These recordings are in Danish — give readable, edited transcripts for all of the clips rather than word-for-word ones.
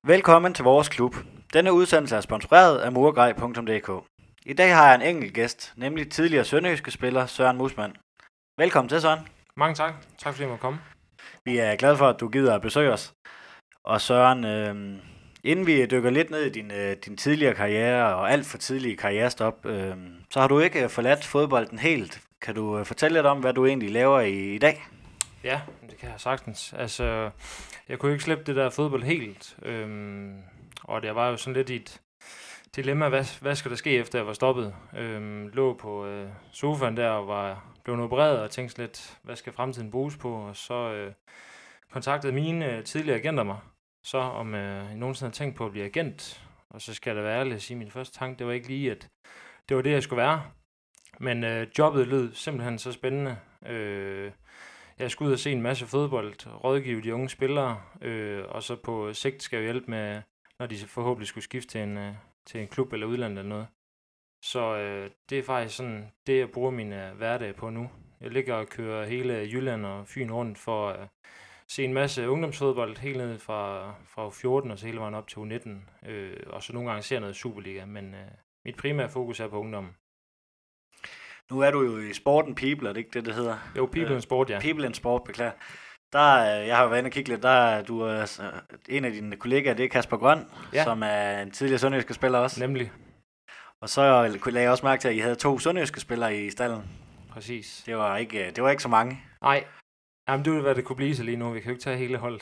Velkommen til vores klub. Denne udsendelse er sponsoreret af murgrej.dk. I dag har jeg en enkelt gæst, nemlig tidligere sønderjyske spiller Søren Mussmann. Velkommen til, Søren. Mange tak. Tak fordi jeg måtte komme. Vi er glade for, at du gider at besøge os. Og Søren, inden vi dykker lidt ned i din tidligere karriere og alt for tidlige karrierestop, så har du ikke forladt fodbolden helt. Kan du fortælle lidt om, hvad du egentlig laver i dag? Ja, det kan jeg sagtens. Altså, jeg kunne ikke slippe det der fodbold helt. Og det var jo sådan lidt i et dilemma, hvad skal der ske efter jeg var stoppet. Lå på sofaen der og var blevet opereret og tænkte lidt, hvad skal fremtiden bruges på? Og så kontaktede mine tidligere agenter mig, så om jeg nogensinde havde tænkt på at blive agent. Og så skal jeg da være ærlig at sige, min første tanke, det var ikke lige, at det var det, jeg skulle være. Men jobbet lød simpelthen så spændende. Jeg skulle ud og se en masse fodbold, rådgive de unge spillere, og så på sigt skal jeg hjælpe med, når de forhåbentlig skulle skifte til en klub eller udlandet eller noget. Så det er faktisk sådan det, jeg bruger min hverdag på nu. Jeg ligger og kører hele Jylland og Fyn rundt for at se en masse ungdomsfodbold, helt ned fra 14 og så hele vejen op til U19, og så nogle gange ser noget Superliga, men mit primære fokus er på ungdommen. Nu er du jo i Sporten People, er det ikke det hedder? Jo, People and Sport, ja. People and Sport, beklager. Jeg har jo været inde og kigge lidt, du er en af dine kollegaer, det er Kasper Grøn, ja, som er en tidligere sønderjyske spiller også. Nemlig. Og så lagde jeg også mærke til, at I havde 2 sønderjyske spillere i stallen. Præcis. Det var ikke så mange. Nej, jamen det ville hvad det kunne blive så lige nu. Vi kan jo ikke tage hele holdet.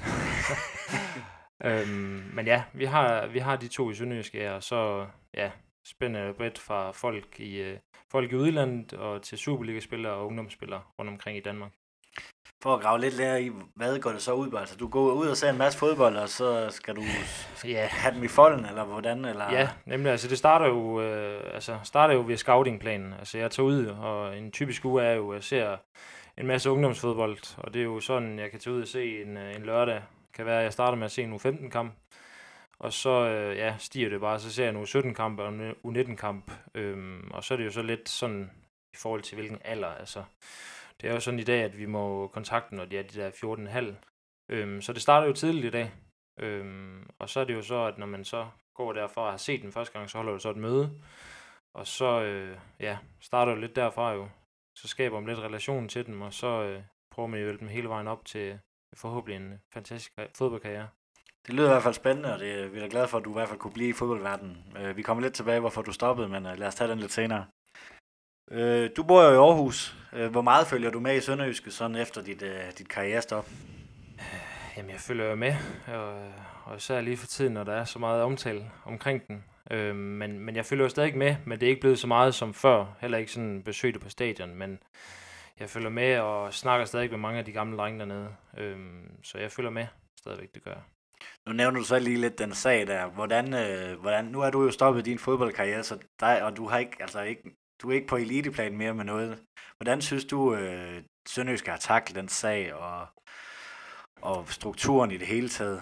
Men ja, vi har de 2 i sønderjyske, og så ja, spændende bredt fra folk i udlandet og til Superliga-spillere og ungdomsspillere rundt omkring i Danmark. For at grave lidt lære i, hvad går det så ud på? Altså, du går ud og ser en masse fodbold, og så skal du have dem i folden, eller hvordan? Eller? Ja, nemlig. Altså, det starter jo ved scoutingplanen. Altså, jeg tager ud, og en typisk uge er jo, at jeg ser en masse ungdomsfodbold, og det er jo sådan, jeg kan tage ud og se en lørdag. Det kan være, at jeg starter med at se en U15-kamp, og så stiger det bare, så ser jeg en U17-kamp og en U19-kamp, og så er det jo så lidt sådan i forhold til hvilken alder, altså. Det er jo sådan i dag, at vi må kontakte, når de er de der 14,5. Så det starter jo tidligt i dag. Og så er det jo så, at når man så går derfra og har set den første gang, så holder du så et møde. Og så starter jo lidt derfra jo. Så skaber man lidt relation til dem, og så prøver man jo at hjælpe dem hele vejen op til forhåbentlig en fantastisk fodboldkarriere. Det lyder i hvert fald spændende, og vi er glade for, at du i hvert fald kunne blive i fodboldverdenen. Vi kommer lidt tilbage, hvorfor du stoppede, men lad os tage den lidt senere. Du bor jo i Aarhus. Hvor meget følger du med i Sønderjyske sådan efter dit karrierestop? Jamen, jeg følger jo med, og især lige for tiden, når der er så meget omtale omkring den. Men jeg følger jo stadig med, men det er ikke blevet så meget som før. Heller ikke sådan besøgte på stadion, men jeg følger med og snakker stadig med mange af de gamle drenge dernede. Så jeg følger med stadigvæk, det gør jeg. Nu nævner du så lige lidt den sag der. Hvordan nu er du jo stoppet din fodboldkarriere, så og du er ikke på eliteplan mere med noget. Hvordan synes du, Sønderjyske har taklet den sag og strukturen i det hele taget?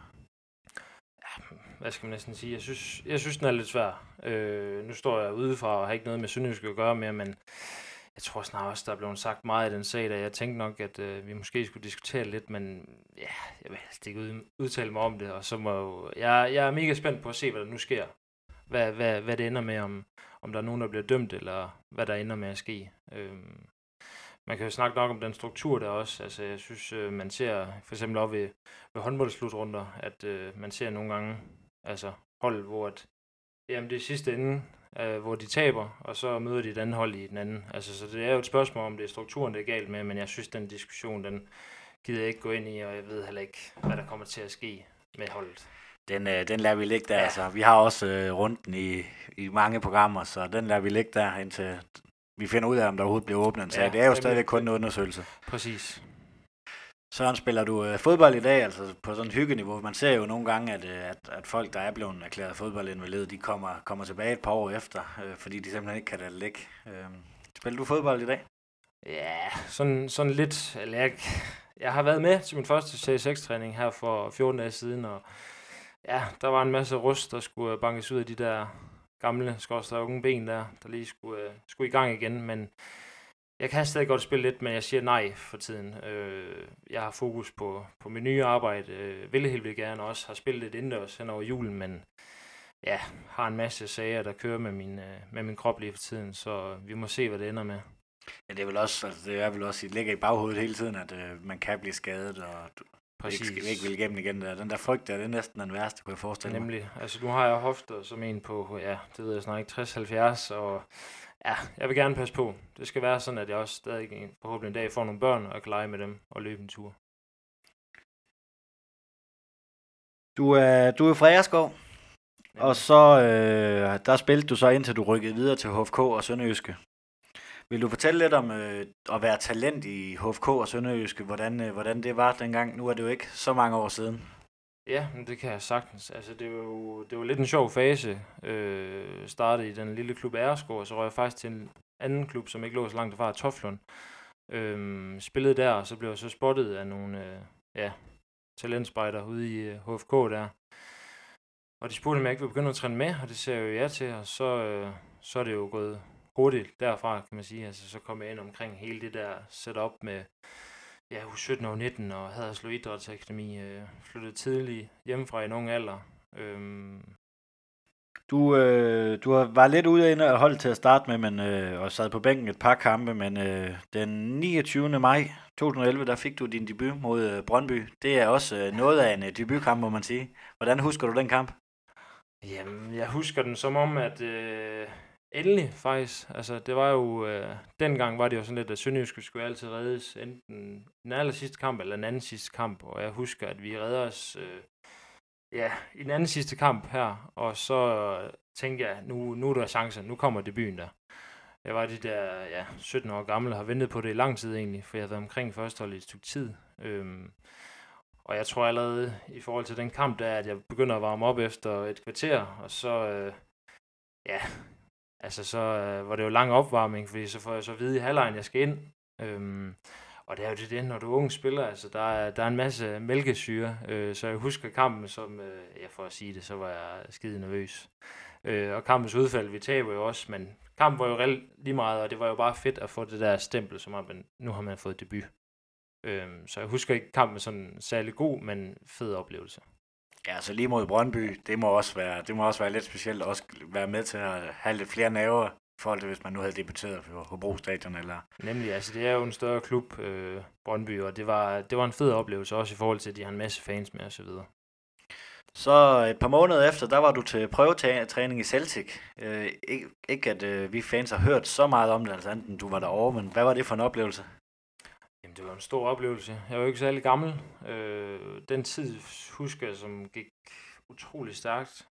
Hvad skal man næsten sige? Jeg synes den er lidt svær. Nu står jeg udefra og har ikke noget med Sønderjyske at gøre mere, men jeg tror snart også, der er blevet sagt meget af den sag, der jeg tænkte nok, at vi måske skulle diskutere lidt, men ja, jeg vil helst ikke udtale mig om det, og så jeg er mega spændt på at se, hvad der nu sker. Hvad det ender med, om der er nogen, der bliver dømt, eller hvad der ender med at ske. Man kan jo snakke nok om den struktur der også. Altså, jeg synes, man ser for eksempel op ved håndboldslutrunder, at man ser nogle gange hold, hvor det er sidste ende, hvor de taber, og så møder de et andet hold i den anden. Altså, så det er jo et spørgsmål, om det er strukturen, det er galt med, men jeg synes, den diskussion, den gider jeg ikke gå ind i, og jeg ved heller ikke, hvad der kommer til at ske med holdet. Den lader vi ligge der. Ja. Altså, vi har også runden i mange programmer, så den lader vi ligge der, indtil vi finder ud af, om der overhovedet bliver åbnet. Så det er jo stadigvæk kun en undersøgelse. Præcis. Søren, spiller du fodbold i dag, altså på sådan et hyggeniveau? Man ser jo nogle gange, at folk, der er blevet erklæret fodboldinvalide, de kommer tilbage et par år efter, fordi de simpelthen ikke kan lade det ligge. Spiller du fodbold i dag? Ja, sådan lidt. Jeg har været med til min første CSX-træning her for 14 dage siden, og ja, der var en masse rust, der skulle bankes ud af de der gamle, unge ben der lige skulle i gang igen, men Jeg kan stadig godt spille lidt, men jeg siger nej for tiden. Jeg har fokus på mit nye arbejde. Ville helt vildt gerne også. Har spillet lidt indendørs hen over julen, men ja, har en masse sager, der kører med min krop lige for tiden, så vi må se, hvad det ender med. Ja, det er vel også, altså det er vel også, det ligger i baghovedet hele tiden, at man kan blive skadet, og du ikke vil igennem igen. Den der frygt, det er næsten den værste, kunne jeg forestille mig. Nemlig. Altså nu har jeg hofter som en på, ja, det ved jeg snart ikke, 60-70, og ja, jeg vil gerne passe på. Det skal være sådan, at jeg også stadig forhåbentlig en dag får nogle børn, og kan lege med dem og løbe en tur. Du er fra Agerskov, og så der spillede du så indtil du rykkede videre til HFK og Sønderjyske. Vil du fortælle lidt om at være talent i HFK og Sønderjyske, hvordan det var dengang? Nu er det jo ikke så mange år siden. Ja, men det kan jeg sagtens. Altså, det var lidt en sjov fase. Startede i den lille klub Agerskov, og så røg jeg faktisk til en anden klub, som ikke lå så langt fra, Toflund. Spillede der, og så blev jeg så spottet af nogle talentspejder ude i HFK der. Og de spurgte, om jeg ikke ville begynde at træne med, og det ser jeg jo ja til, og så er det jo gået hurtigt derfra, kan man sige. Altså, så kom jeg ind omkring hele det der setup med U17 og 19 og Haderslev Idrætsakademi. Flyttede tidligt hjemmefra i en ung alder. Du var lidt ude af holdet til at starte med, og sad på bænken et par kampe, men den 29. maj 2011, der fik du din debut mod Brøndby. Det er også noget af en debutkamp, må man sige. Hvordan husker du den kamp? Jamen, jeg husker den som om, at endelig faktisk. Altså, det var jo, dengang var det jo sådan lidt, at Sønderjyske skulle altid reddes, enten den aller sidste kamp eller den anden sidste kamp, og jeg husker, at vi redder os i den anden sidste kamp her, og så tænkte jeg, nu er der chancen, nu kommer debuten der. Jeg var de der 17 år gammel og har ventet på det i lang tid egentlig, for jeg har været omkring førstehold i et stykke tid. Og jeg tror allerede i forhold til den kamp der, at jeg begynder at varme op efter et kvarter, og så var det jo lang opvarmning, fordi så får jeg så at vide i halvlejen, jeg skal ind. Og det er jo det, når du er ung spiller, altså der er en masse mælkesyre, så jeg husker kampen som, for at sige det, så var jeg skide nervøs. Og kampens udfald, vi taber jo også, men kampen var jo reelt lige meget, og det var jo bare fedt at få det der stempel, som om nu har man fået debut. Så jeg husker ikke kampen sådan særlig god, men fed oplevelse. Ja, så lige mod Brøndby, det må også være lidt specielt at også være med til at have lidt flere nerver i forhold til, hvis man nu havde debuteret på Hobro Stadion. Eller... Nemlig, altså det er jo en større klub, Brøndby, og det var en fed oplevelse, også i forhold til, at de har en masse fans med osv. Så et par måneder efter, der var du til prøvetræning i Celtic. Ikke at vi fans har hørt så meget om det, altså enten du var derovre, men hvad var det for en oplevelse? Jamen, det var en stor oplevelse. Jeg var jo ikke særlig gammel. Den tid husker jeg, som gik utrolig stærkt.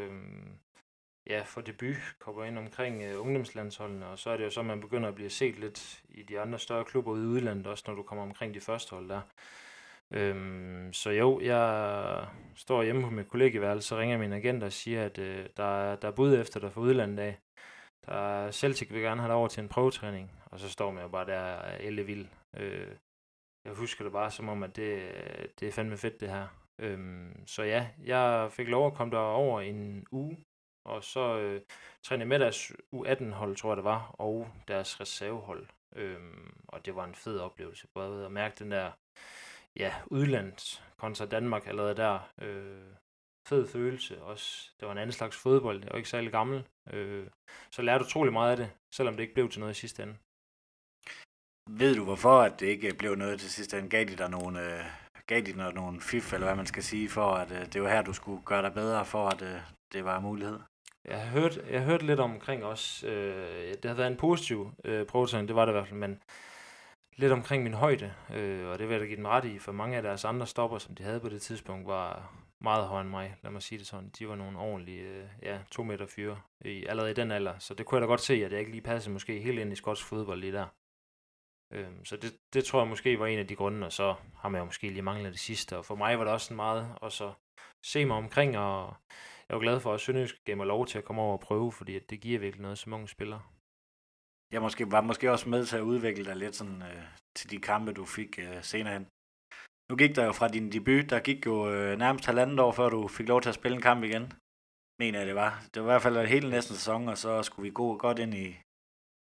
For debut kommer ind omkring ungdomslandsholdene, og så er det jo så, at man begynder at blive set lidt i de andre større klubber ude i udlandet, også når du kommer omkring de første hold der. Så jo, jeg står hjemme på mit kollegieværelse, så ringer min agent og siger, at der er bud efter dig fra udlandet af. Celtic vil gerne have dig over til en prøvetræning, og så står man jo bare der ellevild. Jeg husker det bare som om, at det er fandme fedt det her. Så ja, jeg fik lov at komme derover en uge, og så trænede med deres U18-hold, tror jeg det var, og deres reservehold. Og det var en fed oplevelse, både at mærke den der udlands kontra Danmark allerede der. Fed følelse også. Det var en anden slags fodbold. Jeg var ikke særlig gammel. Så lærte utrolig meget af det, selvom det ikke blev til noget i sidste ende. Ved du, hvorfor at det ikke blev noget til sidste ende? Gav de dig nogle fif, eller hvad man skal sige, for at det var her, du skulle gøre dig bedre, for at det var en mulighed? Jeg har hørt lidt omkring også. Det har været en positiv prøvetræning, det var det i hvert fald, men lidt omkring min højde, og det vil jeg da give dem ret i, for mange af deres andre stopper, som de havde på det tidspunkt, var meget højere end mig, lad mig sige det sådan. De var nogle ordentlige 2 meter fyre allerede i den alder, så det kunne jeg da godt se, at jeg ikke lige passede måske helt ind i skotsk fodbold lige der. Så det tror jeg måske var en af de grunde, og så har man jo måske lige manglet det sidste, og for mig var det også sådan meget at så se mig omkring, og jeg var glad for, at Sønderjysk gav mig lov til at komme over og prøve, fordi det giver virkelig noget som unge spillere. Jeg var måske også med til at udvikle dig lidt sådan, til de kampe, du fik senere hen. Nu gik der jo fra din debut, der gik jo nærmest 1,5 år, før du fik lov til at spille en kamp igen. Mener jeg, det var. Det var i hvert fald hele næsten sæson, og så skulle vi gå godt ind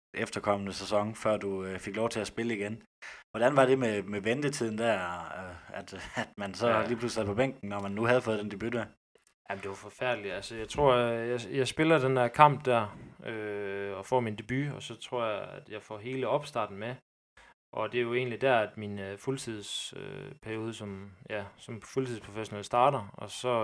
efterkommende sæson, før du fik lov til at spille igen. Hvordan var det med ventetiden der, at man så lige pludselig sad på bænken, når man nu havde fået den debut der? Jamen, det var forfærdeligt. Altså, jeg tror, jeg spiller den der kamp der, og får min debut, og så tror jeg, at jeg får hele opstarten med. Og det er jo egentlig der, at min fuldtidsperiode som fuldtidsprofessionel starter. Og så,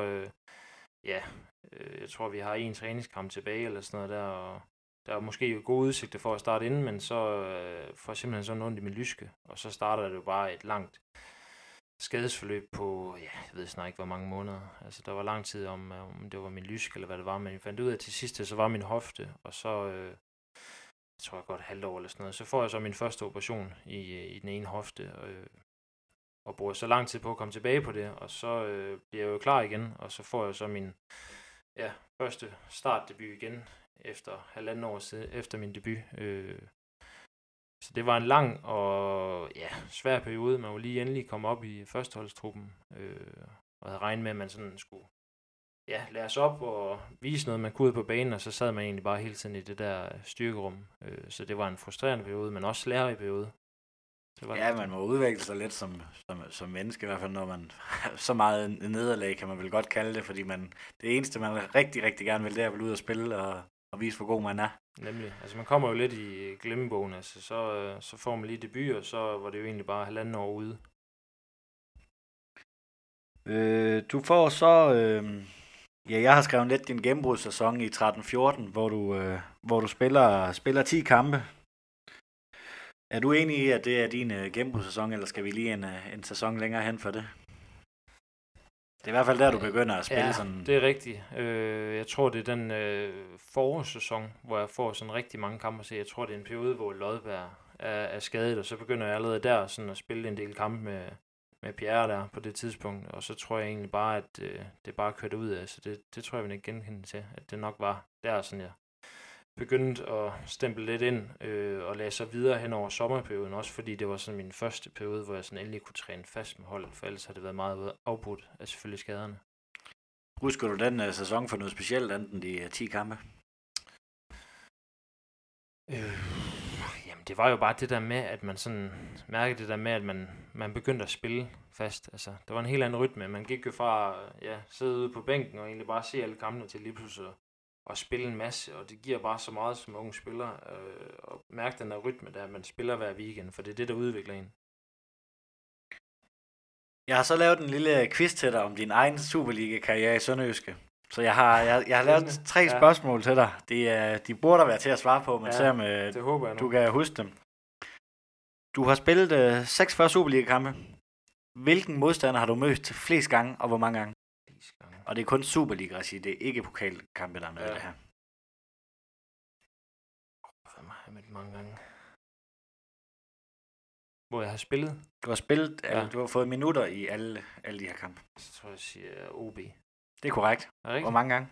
jeg tror, vi har en træningskamp tilbage eller sådan noget der, og der er måske gode udsigter for at starte inden, men så får jeg simpelthen sådan ondt i min lyske. Og så starter det jo bare et langt skadesforløb på, jeg ved snart ikke, hvor mange måneder. Altså, der var lang tid om det var min lysk, eller hvad det var, men jeg fandt ud af til sidst, så var min hofte, og så, jeg tror jeg godt et halvt år eller sådan noget, så får jeg så min første operation i den ene hofte, og bruger så lang tid på at komme tilbage på det, og så bliver jeg jo klar igen, og så får jeg så min første startdebut igen, efter halvanden år efter min debut. Så det var en lang og svær periode. Man var lige endelig komme op i førsteholdstruppen, og havde regnet med, at man sådan skulle lære sig op og vise noget, man kunne ud på banen, og så sad man egentlig bare hele tiden i det der styrkerum. Så det var en frustrerende periode, men også lærerig periode. Man må udvikle sig lidt som menneske, i hvert fald når man så meget nederlag, kan man vel godt kalde det, fordi det eneste, man rigtig, rigtig gerne vil, det er vel ud og spille og vise, hvor god man er. Nemlig. Altså man kommer jo lidt i glemmebogen, altså så får man lige debut, og så var det jo egentlig bare halvanden år ude. Du får så, jeg har skrevet lidt din gennembrudssæson i 13-14, hvor du spiller 10 kampe. Er du enig i, at det er din gennembrudssæson, eller skal vi lige en sæson længere hen for det? Det er i hvert fald der, du begynder at spille sådan... det er rigtigt. Jeg tror, det er den forårssæson, hvor jeg får sådan rigtig mange kampe. Så jeg tror, det er en periode, hvor Lodberg er skadet, og så begynder jeg allerede der sådan at spille en del kampe med Pierre der på det tidspunkt. Og så tror jeg egentlig bare, at det bare kørte ud af. Så det tror jeg, vi ikke genkende til, at det nok var der, sådan jeg begyndte at stemple lidt ind og lade sig videre hen over sommerperioden, også fordi det var sådan min første periode, hvor jeg sådan endelig kunne træne fast med holdet, for ellers har det været meget afbrudt af selvfølgelig skaderne. Husker du den sæson for noget specielt, enten de 10 kampe? Jamen det var jo bare det der med, at man sådan mærkede det der med, at man begyndte at spille fast. Altså, der var en helt anden rytme. Man gik jo fra sidde ude på bænken og egentlig bare se alle kampene til lige pludselig og spille en masse, og det giver bare så meget som unge spillere, og mærke den der rytme der, man spiller hver weekend, for det er det, der udvikler en. Jeg har så lavet en lille quiz til dig om din egen Superliga-karriere i Sønderjyske. Så jeg har lavet 3 spørgsmål til dig. De burde der være til at svare på, men se om du kan huske dem. Du har spillet 46 Superliga-kampe. Hvilken modstander har du mødt flest gange, og hvor mange gange? Og det er kun Superliga-regi, det er ikke pokalkampe, der er med det her. Hvem har jeg mødt mange gange? Hvor jeg har spillet? Du har spillet, du har fået minutter i alle de her kampe. Så tror jeg siger OB. Det er korrekt. Hvor mange gange?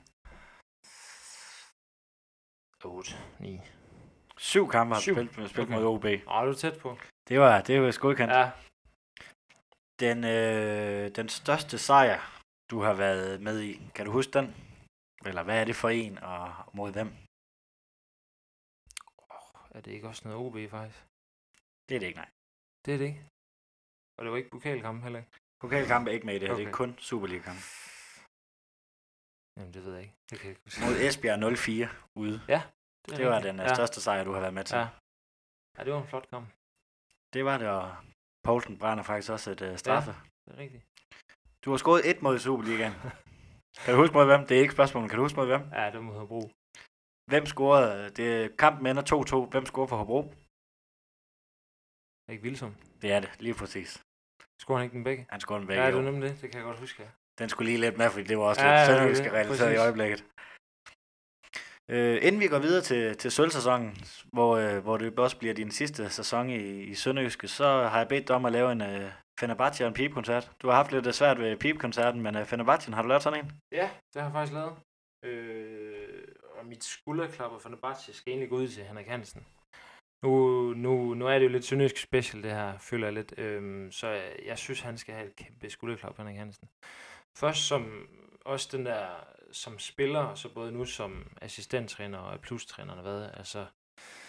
8, 9. 7 kampe har du spillet mod OB. Du er tæt på. Det var jo skudkant. Ja. Den største sejr, du har været med i, kan du huske den? Eller hvad er det for en, og mod hvem? Er det ikke også noget OB, faktisk? Det er det ikke, nej. Det er det ikke? Og det var ikke pokalkamp heller ikke? Pokalkamp er ikke med i det her, det er kun Superliga-kamp. Jamen, det ved jeg ikke. Det kan jeg ikke huske. Mod Esbjerg 04 ude. Ja. Det var den største sejr, du har været med til. Ja, det var en flot kamp. Det var det, og Poulsen brænder faktisk også et straffe. Ja, det er rigtigt. Du har scoret 1 mod i Superligaen. Kan du huske mod hvem? Det er ikke spørgsmålet. Kan du huske mod hvem? Ja, det må Hobro. Hvem scorede? Kampen ender 2-2. Hvem scorede for Hobro? Ikke Wilson. Det er det, lige præcis. Scorede han ikke den begge? Han scorede den begge, ja, det var nemlig det. Det kan jeg godt huske, ja. Den skulle lige lidt med, fordi det var også lidt sønderjyske realiseret i øjeblikket. Inden vi går videre til sølvsæsonen, hvor det også bliver din sidste sæson i Sønderjyske, så har jeg bedt dig om at lave en Fenerbahce og en pipkoncert. Du har haft lidt svært ved pipkoncerten, men Fenerbahce, har du lavet sådan en? Ja, det har jeg faktisk lavet. Og mit skulderklap af Fenerbahce skal egentlig gå ud til Henrik Hansen. Nu er det jo lidt sønderjysk special, det her, føler jeg lidt. Så jeg synes, han skal have et kæmpe skulderklap, Henrik Hansen. Først som også den der som spiller, og så både nu som assistenttræner og plustræner, altså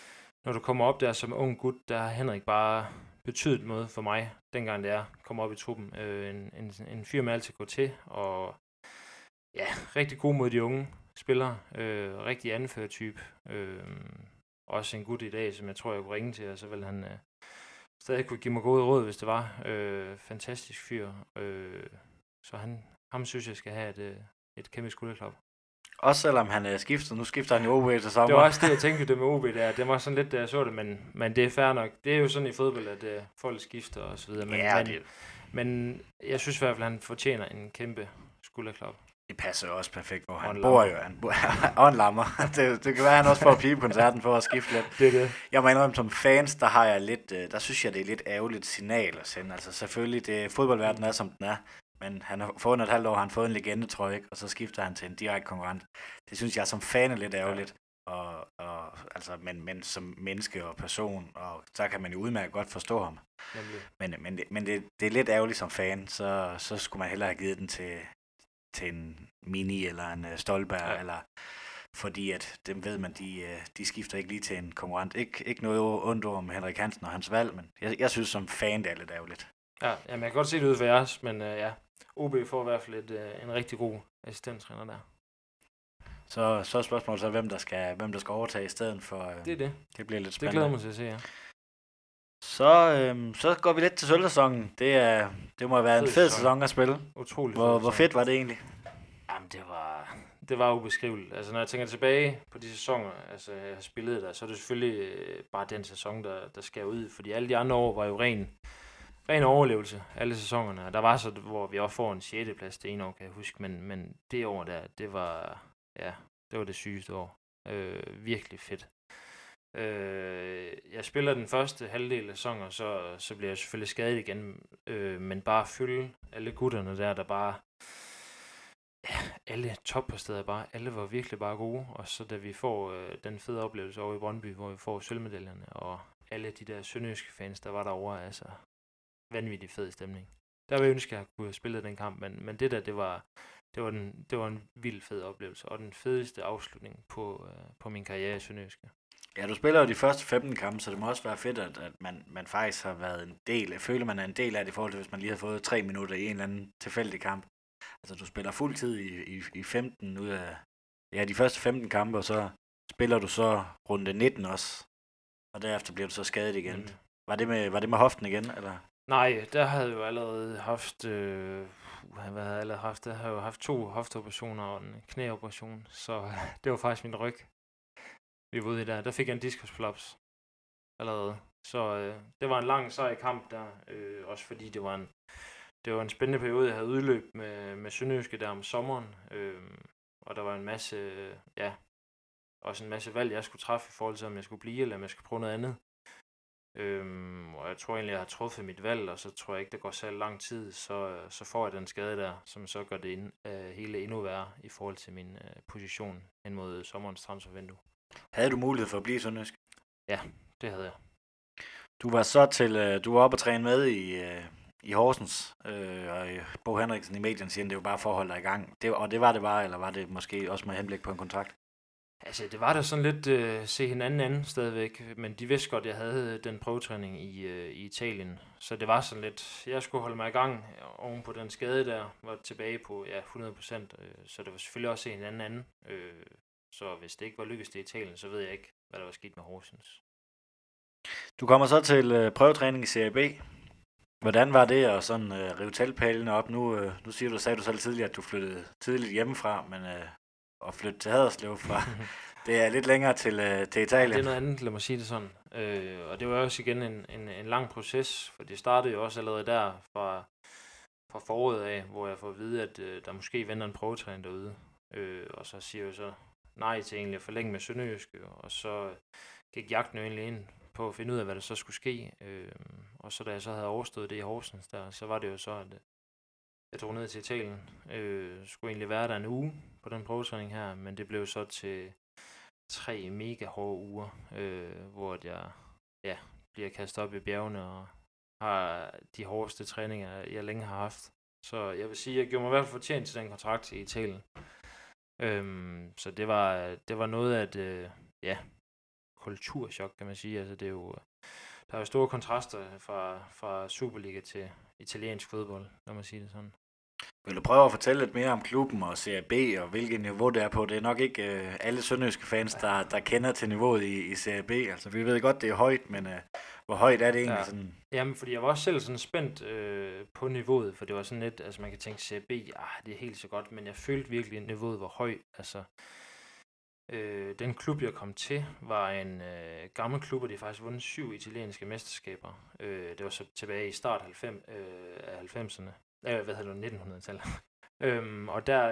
når du kommer op der som ung gut, der har Henrik bare betydet noget for mig, dengang det er, kommer op i truppen. En fyr med alt at gå til, og ja, rigtig god mod de unge spillere. Rigtig anførertype. Også en gut i dag, som jeg tror, jeg kunne ringe til, og så vil han stadig kunne give mig gode råd, hvis det var. Fantastisk fyr. Så ham synes jeg skal have et kæmpe skulderklap. Også selvom han skifter. Nu skifter han i OB til sommer. Det var også det, jeg tænkte det med OB der. Det var sådan lidt, da jeg så det, men det er fair nok. Det er jo sådan i fodbold, at folk skifter og så videre. Men jeg synes i hvert fald, at han fortjener en kæmpe skulderklap. Det passer også perfekt, hvor han bor jo. Han bor en lammer. Det kan være, at han også får pigekoncerten for at skifte lidt. Det er det. Jeg må indrømme, som fans, der synes jeg, det er lidt ærgerligt signal at sende. Altså selvfølgelig, fodboldverdenen er, som den er. Men han har fået et halvt år, han fået en legendetrøje, ikke? Og så skifter han til en direkte konkurrent. Det synes jeg som fan er lidt ærgerligt. Altså, men som menneske og person, og så kan man jo udmærket godt forstå ham. Men det er lidt ærgerligt som fan, så skulle man hellere have givet den til en Mini eller en Stolberg, eller fordi at dem ved man, de skifter ikke lige til en konkurrent. Ikke noget ondt om Henrik Hansen og hans valg, men jeg synes som fan, det er lidt ærgerligt. Ja, jeg kan godt se det ud for jeres, men OB får i hvert fald en rigtig god assistenttræner der. Så er spørgsmålet så, hvem der skal overtage i stedet for. Det er det. Det bliver lidt spændende. Det glæder mig til at se, ja. Så går vi lidt til sølvsæsonen. Det må have været en fed sæson at spille. Utrolig hvor fedt var det egentlig? Jamen, det var ubeskriveligt. Altså, når jeg tænker tilbage på de sæsoner, altså, jeg har spillet der, så er det selvfølgelig bare den sæson, der skal ud. Fordi alle de andre år var jo ren overlevelse, alle sæsonerne. Der var så, hvor vi også får en 6. plads det ene år, kan jeg huske. Men det år der, det var det sygeste år. Virkelig fedt. Jeg spiller den første halvdel af sæsonen, og så bliver jeg selvfølgelig skadet igen. Men bare følge alle gutterne der bare... Ja, alle topposteder bare. Alle var virkelig bare gode. Og så da vi får den fede oplevelse over i Brøndby, hvor vi får sølvmedaljerne, og alle de der sønderjyske fans, der var derovre, altså vanvittig fed stemning. Der ville jeg ønske, at jeg kunne have spillet den kamp, men det der, det var en vild fed oplevelse, og den fedeste afslutning på min karriere i sønderjyske. Ja, du spiller jo de første 15 kampe, så det må også være fedt, at man faktisk har været en del. Jeg føler, man er en del af det i forhold til, hvis man lige har fået 3 minutter i en eller anden tilfældig kamp. Altså, du spiller fuldtid i 15 ud af de første 15 kampe, og så spiller du så runde 19 også, og derefter bliver du så skadet igen. Var det med hoften igen, eller? Nej, der havde jeg jo allerede haft, der har jeg jo haft 2 hofteoperationer og en knæoperation, så det var faktisk min ryg, vi var ude i der. Der fik jeg en diskusprolaps allerede, så det var en lang sej kamp der, også fordi det var en spændende periode, jeg havde udløb med Sønderjyske der om sommeren, og der var en masse, også en masse valg, jeg skulle træffe i forhold til, om jeg skulle blive, eller om jeg skulle prøve noget andet. Og jeg tror egentlig, jeg har truffet mit valg, og så tror jeg ikke, der går så lang tid, så får jeg den skade der, som så gør det hele endnu værre i forhold til min position hen mod sommerens transfervindue. Havde du mulighed for at blive Sønderjysk? Ja, det havde jeg. Du var oppe og træne med i Horsens, og Bo Henriksen i medierne siger, at det var bare for at holde dig i gang. Det var det bare, eller var det måske også med henblik på en kontrakt? Altså, det var da sådan lidt se hinanden anden stadigvæk, men de vidste godt, at jeg havde den prøvetræning i Italien. Så det var sådan lidt, jeg skulle holde mig i gang oven på den skade der, var tilbage på 100%, så det var selvfølgelig også se hinanden anden. Så hvis det ikke var lykkedes i Italien, så ved jeg ikke, hvad der var sket med Horsens. Du kommer så til prøvetræning i Serie B. Hvordan var det at sådan rive teltpælene op? Nu sagde du selv tidligere, at du flyttede tidligt hjemmefra, men at flytte til Haderslev fra, det er lidt længere til Italien. Det er noget andet, lad mig sige det sådan. Og det var også igen en lang proces, for det startede jo også allerede der fra foråret af, hvor jeg får at vide, at der måske venter en prøvetræning derude. Og så siger jeg så nej til egentlig at forlænge med Sønderjyske, og så gik jagten jo egentlig ind på at finde ud af, hvad der så skulle ske. Og så da jeg så havde overstået det i Horsens der, så var det jo så, at jeg drog ned til Italien. Skulle egentlig være der en uge på den prøvetræning her, men det blev så til 3 mega hårde uger, hvor jeg bliver kastet op i bjergene og har de hårdeste træninger, jeg længe har haft. Så jeg vil sige, at jeg gjorde mig i hvert fald fortjent til den kontrakt i Italien. Så det var noget, at kulturchok, kan man sige. Altså, det er jo, der er jo store kontraster fra Superliga til italiensk fodbold, når man siger det sådan. Vil du prøve at fortælle lidt mere om klubben og Serie B, og hvilket niveau det er på? Det er nok ikke alle sønderjyske fans, der kender til niveauet i Serie B. Altså, vi ved godt, det er højt, men hvor højt er det egentlig? Ja. Sådan? Jamen, fordi jeg var også selv sådan spændt på niveauet, for det var sådan lidt, altså man kan tænke Serie B, det er helt så godt, men jeg følte virkelig, at niveauet var højt. Altså, den klub, jeg kom til, var en gammel klub, og de har faktisk vundet 7 italienske mesterskaber. Det var så tilbage i start af 90'erne. 1900-tallet. Og der,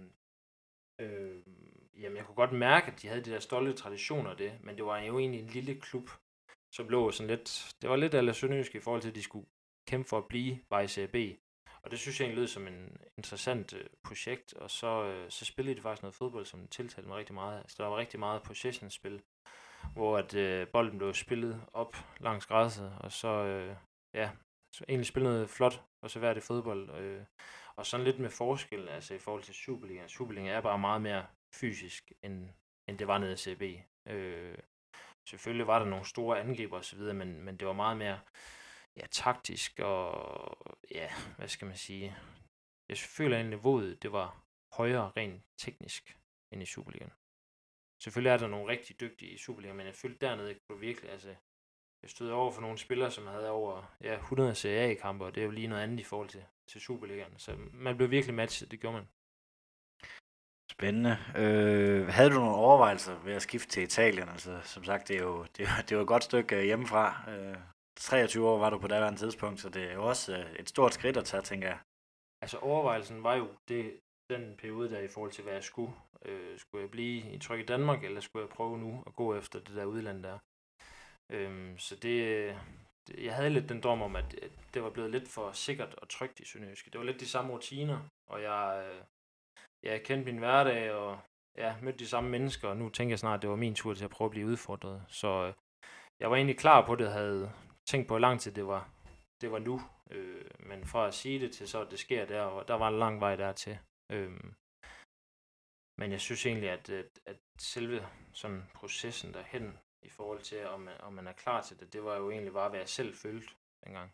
jamen jeg kunne godt mærke, at de havde de der stolte traditioner af det, men det var jo egentlig en lille klub, som lå sådan lidt, det var lidt ala sønderjysk i forhold til, at de skulle kæmpe for at blive var i Serie B. Og det synes jeg egentlig lød som en interessant projekt, og så spillede de faktisk noget fodbold, som tiltalte mig rigtig meget. Altså der var rigtig meget possession-spil, hvor at bolden blev spillet op langs græsset, og så egentlig spille noget flot og så være det fodbold. Og sådan lidt med forskel, altså i forhold til Superligaen. Superligaen er bare meget mere fysisk, end det var nede i CB. Selvfølgelig var der nogle store angriber osv., men det var meget mere taktisk og hvad skal man sige. Jeg føler egentlig, niveauet det var højere rent teknisk end i Superligaen. Selvfølgelig er der nogle rigtig dygtige i Superligaen, men jeg følte dernede, kunne virkelig, altså jeg stod over for nogle spillere, som havde over 100 Serie A-kampe, og det er jo lige noget andet i forhold til Superligaen. Så man blev virkelig matchet, det gjorde man. Spændende. Havde du nogle overvejelser ved at skifte til Italien? Altså, som sagt, det er jo et godt stykke hjemmefra. 23 år var du på daværende tidspunkt, så det er jo også et stort skridt at tage, tænker jeg. Altså overvejelsen var jo den periode der i forhold til, hvad jeg skulle. Skulle jeg blive i tryk i Danmark, eller skulle jeg prøve nu at gå efter det der udland der? Så jeg havde lidt den drøm om, at det var blevet lidt for sikkert og trygt i Sønderjyske. Det var lidt de samme rutiner, og jeg kendte min hverdag, og mødte de samme mennesker, og nu tænker jeg snart, at det var min tur til at prøve at blive udfordret. Så jeg var egentlig klar på det, havde tænkt på, hvor lang tid det var nu. Men fra at sige det til så, at det sker der, og der var en lang vej dertil. Men jeg synes egentlig, at selve sådan processen derhen, i forhold til, om man er klar til det, det var jo egentlig bare, hvad jeg selv følte dengang.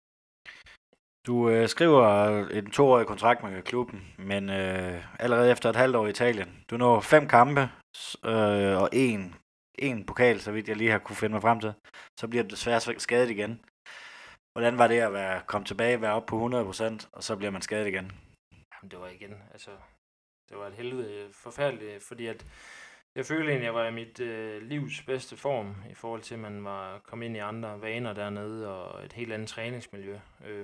Du skriver en 2-årig kontrakt med klubben, men allerede efter et halvt år i Italien. Du når 5 kampe og en pokal, så vidt jeg lige har kunne finde mig frem til. Så bliver du desværre skadet igen. Hvordan var det at komme tilbage, være oppe på 100%, og så bliver man skadet igen? Jamen, det var igen, altså, det var et helvede forfærdeligt, fordi at jeg følte egentlig, at jeg var i mit livs bedste form, i forhold til, at man var kommet ind i andre vaner dernede, og et helt andet træningsmiljø.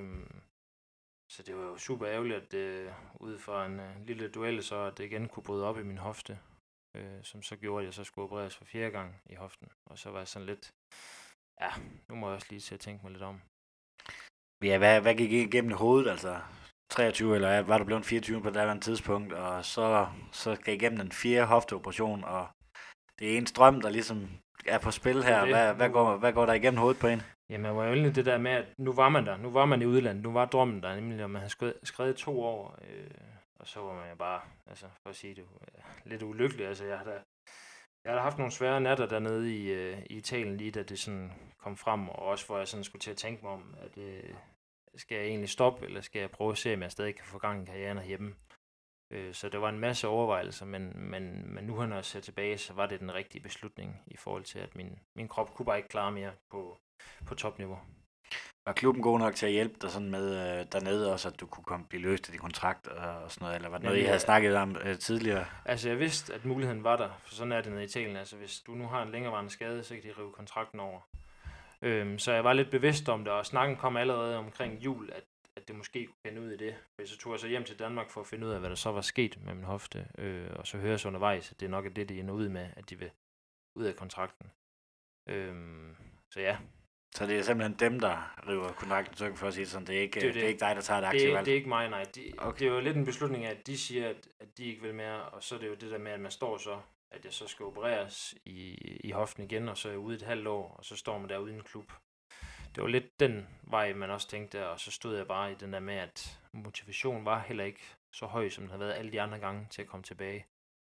Så det var jo super ærgerligt, at ude fra en lille duel, så at det igen kunne bryde op i min hofte, som så gjorde, at jeg så skulle opereres for 4. gang i hoften. Og så var jeg sådan lidt, nu må jeg også lige til at tænke mig lidt om. Ja, hvad gik igennem hovedet, altså 23, eller var du blevet 24 på det daværende tidspunkt, og så skal igennem den 4. hofteoperation, og det er ens drøm, der ligesom er på spil her. Hvad går der igennem hovedet på en? Jamen, jeg var jo egentlig det der med, at nu var man der. Nu var man i udlandet. Nu var drømmen der, nemlig at man havde skrevet 2 år. Og så var man jo bare, altså for at sige det, lidt ulykkelig. Altså, jeg har da haft nogle svære natter dernede i Italien, lige da det sådan kom frem. Og også hvor jeg sådan skulle til at tænke mig om, at skal jeg egentlig stoppe, eller skal jeg prøve at se, om jeg stadig kan få gang i karrieren herhjemme. Så det var en masse overvejelser, men nu når jeg ser tilbage, så var det den rigtige beslutning i forhold til, at min krop kunne bare ikke klare mere på topniveau. Var klubben god nok til at hjælpe dig sådan med dernede også, at du kunne blive løst af din kontrakt og sådan noget, eller var det noget, I havde snakket om tidligere? Altså jeg vidste, at muligheden var der, for sådan er det nede i Italien. Altså hvis du nu har en længerevarende skade, så kan de rive kontrakten over. Så jeg var lidt bevidst om det, og snakken kom allerede omkring jul, at det måske kunne kende ud i det. Så tog jeg så hjem til Danmark for at finde ud af, hvad der så var sket med min hofte, og så hører jeg så undervejs, at det er nok det, de ender ud med, at de vil ud af kontrakten. Så ja. Så det er simpelthen dem, der river kontrakten, for at sige sådan, det er ikke dig, der tager det aktive valg? Det er ikke mig, nej. Okay. Det er jo lidt en beslutning af, at de siger, at de ikke vil mere, og så er det jo det der med, at man står så, at jeg så skal opereres i hoften igen, og så er jeg ude et halvt år, og så står man der uden en klub. Det var lidt den vej, man også tænkte, og så stod jeg bare i den der med, at motivationen var heller ikke så høj, som den havde været alle de andre gange til at komme tilbage.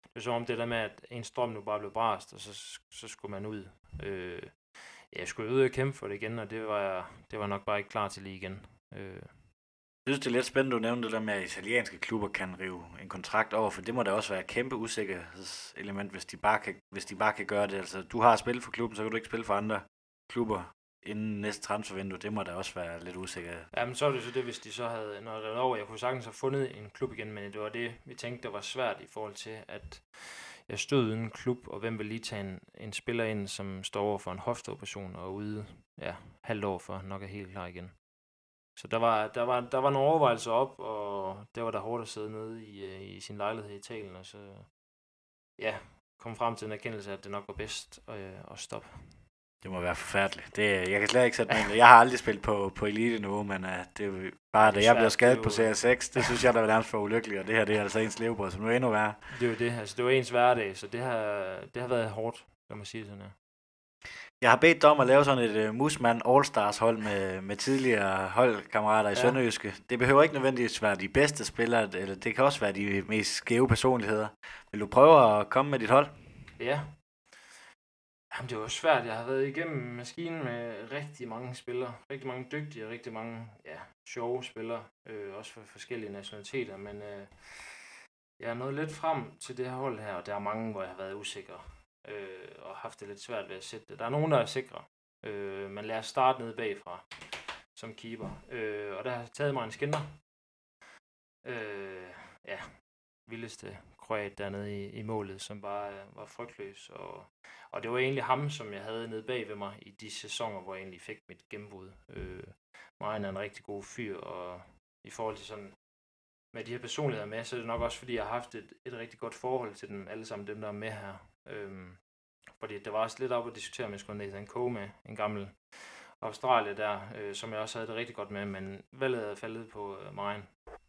Det er som om det der med, at ens drøm nu bare blev brast, og så skulle man ud. Jeg skulle ud og kæmpe for det igen, og det var nok bare ikke klar til lige igen. Jeg synes, det er lidt spændende, du nævnte det der med, at italienske klubber kan rive en kontrakt over, for det må da også være et kæmpe usikkerhedselement, hvis de bare kan gøre det. Altså, du har spillet for klubben, så kan du ikke spille for andre klubber inden næste transfervindue. Det må da også være lidt usikkert. Jamen, så er det så det, hvis de så havde noget revet over. Jeg kunne sagtens have fundet en klub igen, men det var det, vi tænkte, der var svært i forhold til, at jeg stod uden en klub, og hvem vil lige tage en spiller ind, som står over for en hofteoperation og ude halvt år for nok er helt klar igen. Så der var nogle overvejelser op, og det var da hårdt at sidde nede i sin lejlighed i Italien, og så kom frem til en erkendelse, at det nok var bedst at stoppe. Det må være forfærdeligt. Jeg kan slet ikke sætte mig ind. Jeg har aldrig spillet på elite-niveau, men det er bare, da jeg blev skadet på CS6, det synes jeg, der var nærmest for ulykkeligt, og det her det er altså ens levebrød, som nu er endnu værre. Det er jo det. Altså, det var ens hverdag, så det har været hårdt, kan man sige sådan her. Jeg har bedt dig om at lave sådan et Musman All-Stars hold med tidligere holdkammerater i Sønderjyske. Det behøver ikke nødvendigvis være de bedste spillere, eller det kan også være de mest skæve personligheder. Vil du prøve at komme med dit hold? Ja. Jamen, det var svært. Jeg har været igennem maskinen med rigtig mange spillere. Rigtig mange dygtige og rigtig mange sjove spillere. Også for forskellige nationaliteter. Men jeg er nået lidt frem til det her hold her, og der er mange, hvor jeg har været usikker. Og haft det lidt svært ved at sætte det. Der er nogen, der er sikre. Man lader starte nede bagfra som keeper. Og der har jeg taget mig en Skinner. Vildeste kroat dernede i målet, som bare var frygtløs. Og det var egentlig ham, som jeg havde nede bag ved mig i de sæsoner, hvor jeg egentlig fik mit gennembrud. Marian er en rigtig god fyr, og i forhold til sådan med de her personligheder med, så er det nok også, fordi jeg har haft et rigtig godt forhold til dem alle sammen, dem der er med her. Fordi det var også lidt op at diskutere, om jeg skulle Nathan Coe med, en gammel Australier der, som jeg også havde det rigtig godt med, men valget er faldet på Marian.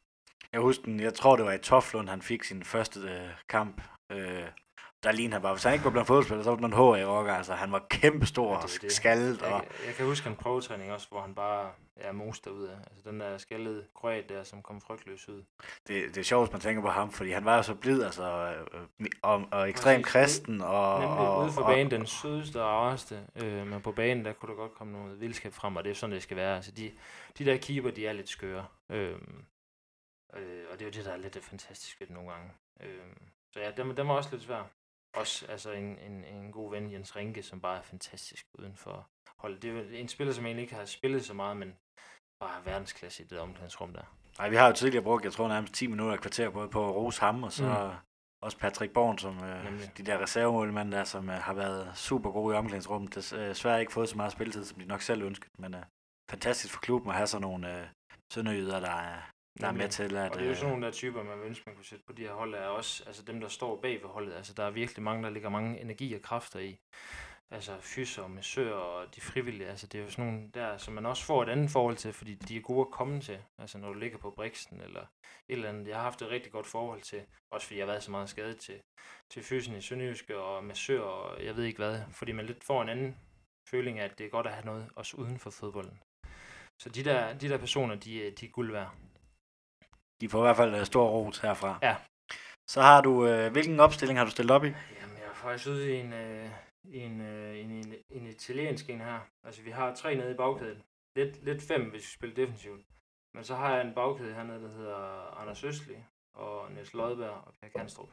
Jeg tror det var i Toflund, han fik sin første kamp. Der lignede han bare, hvis han ikke var blevet fodboldspiller, så var det en HR-rocker, altså han var kæmpestor og skaldet. Jeg kan huske en prøvetræning også, hvor han bare moster ud af. Altså den der skaldede kroat der, som kom frygtløs ud. Det er sjovt, hvis man tænker på ham, fordi han var jo så blid, altså, og ekstremt kristen. Og ude for banen, den sødeste og rareste, men på banen, der kunne der godt komme noget vildskab frem, og det er sådan, det skal være. Altså de der keeper, de er lidt skøre. Og det er jo det, der er lidt fantastisk ved det nogle gange. Så ja, den var også lidt svær. Også altså en god ven, Jens Rinke, som bare er fantastisk uden for holdet. Det er jo en spiller, som egentlig ikke har spillet så meget, men bare verdensklasse i det omklædningsrum der. Nej, vi har jo tidligere brugt, jeg tror nærmest 10 minutter og kvarter både på at rose ham, og så også Patrick Born, som de der reservemålmænd der, som har været super gode i omklædningsrummet. Desværre ikke fået så meget spilletid, som de nok selv ønskede, men fantastisk for klubben at have sådan nogle sønderjyder, der er med til at... Og det er jo sådan nogle der typer, man ønsker, man kunne sætte på de her hold, er også altså dem, der står bag ved holdet. Altså der er virkelig mange, der ligger mange energi og kræfter i. Altså fyser og massører og de frivillige. Altså det er jo sådan nogle der, som man også får et andet forhold til, fordi de er gode at komme til. Altså når du ligger på Brixen eller et eller andet. Jeg har haft et rigtig godt forhold til, også fordi jeg har været så meget skadet til fysen i Sønderjyske og massører og jeg ved ikke hvad. Fordi man lidt får en anden føling af, at det er godt at have noget også uden for fodbolden. Så de der personer, de er guld værd. De får i hvert fald stor ros herfra. Ja. Så har du, hvilken opstilling har du stillet op i? Jamen, jeg er faktisk ude i en italiensk en her. Altså, vi har 3 nede i bagkæden. Lidt 5, hvis vi spiller defensivt. Men så har jeg en bagkæde hernede, der hedder Anders Østli og Niels Lodberg og Per Kanstrup.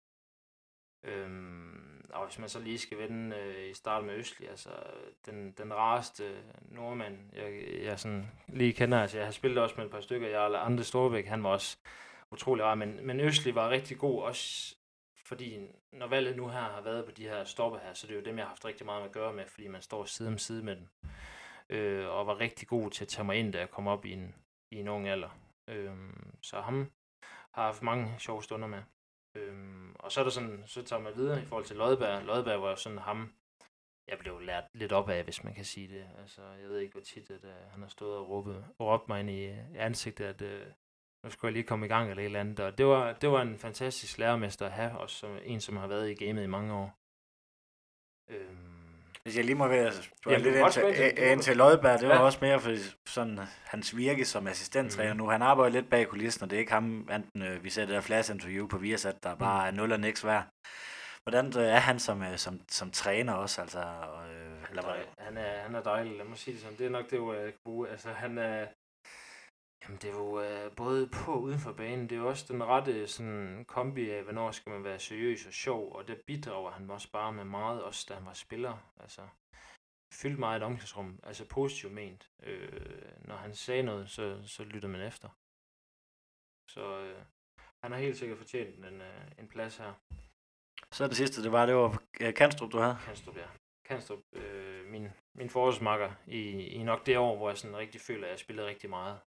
Og hvis man så lige skal vende i starten med Østli, altså den rareste nordmand, jeg sådan lige kender, altså jeg har spillet også med et par stykker, Andre Storbæk, han var også utrolig rar, men Østli var rigtig god, også fordi når valget nu her har været på de her stopper her, så det er jo dem, jeg har haft rigtig meget at gøre med, fordi man står side om side med dem, og var rigtig god til at tage mig ind, da jeg kom op i en ung alder. Så ham har haft mange sjove stunder med. Og så er der sådan, så tager man videre i forhold til Lodberg. Lodberg var sådan ham, jeg blev lært lidt op af, hvis man kan sige det. Altså, jeg ved ikke, hvor tit at, han har stået og råbt mig ind i ansigtet, at nu skulle jeg lige komme i gang eller et eller andet. Og det var en fantastisk lærermester at have, også som en, som har været i gamet i mange år. Hvis jeg lige må være, du er Jamen, lidt du kan godt spørge ind til Lodberg, det var Ja. også mere for sådan hans virke som assistenttræner nu. Han arbejder lidt bag kulissen, og det er ikke ham, enten vi ser det der flash-interview på Viasat, der bare er 0 og niks værd. Hvordan er han som træner også, altså? Han er dejlig, lad mig sige det sådan. Det er nok det, jeg kan bruge. Altså, han er... Jamen, det er jo både på og uden for banen. Det er jo også den rette sådan, kombi af, hvornår skal man være seriøs og sjov, og der bidrager han også bare med meget, også da han var spiller. Altså, fyldt meget et omklædningsrum, altså positivt ment. Når han sagde noget, så lyttede man efter. Så han har helt sikkert fortjent en plads her. Så det sidste, det var Kanstrup, du havde? Kanstrup, ja. Kanstrup, min forårsmakker i nok det år, hvor jeg sådan rigtig føler, at jeg spillede rigtig meget.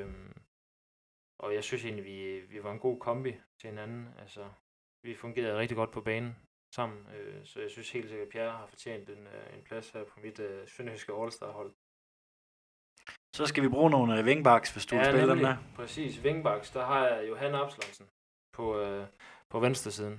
Og jeg synes egentlig, vi var en god kombi til hinanden. Altså, vi fungerede rigtig godt på banen sammen. Så jeg synes helt sikkert, at Pierre har fortjent en plads her på mit sønderjyske All-Star-hold. Så skal vi bruge nogle wingbacks, hvis du vil spille dem der. Præcis, wingbacks. Der har jeg Johan Absalonsen på venstre siden.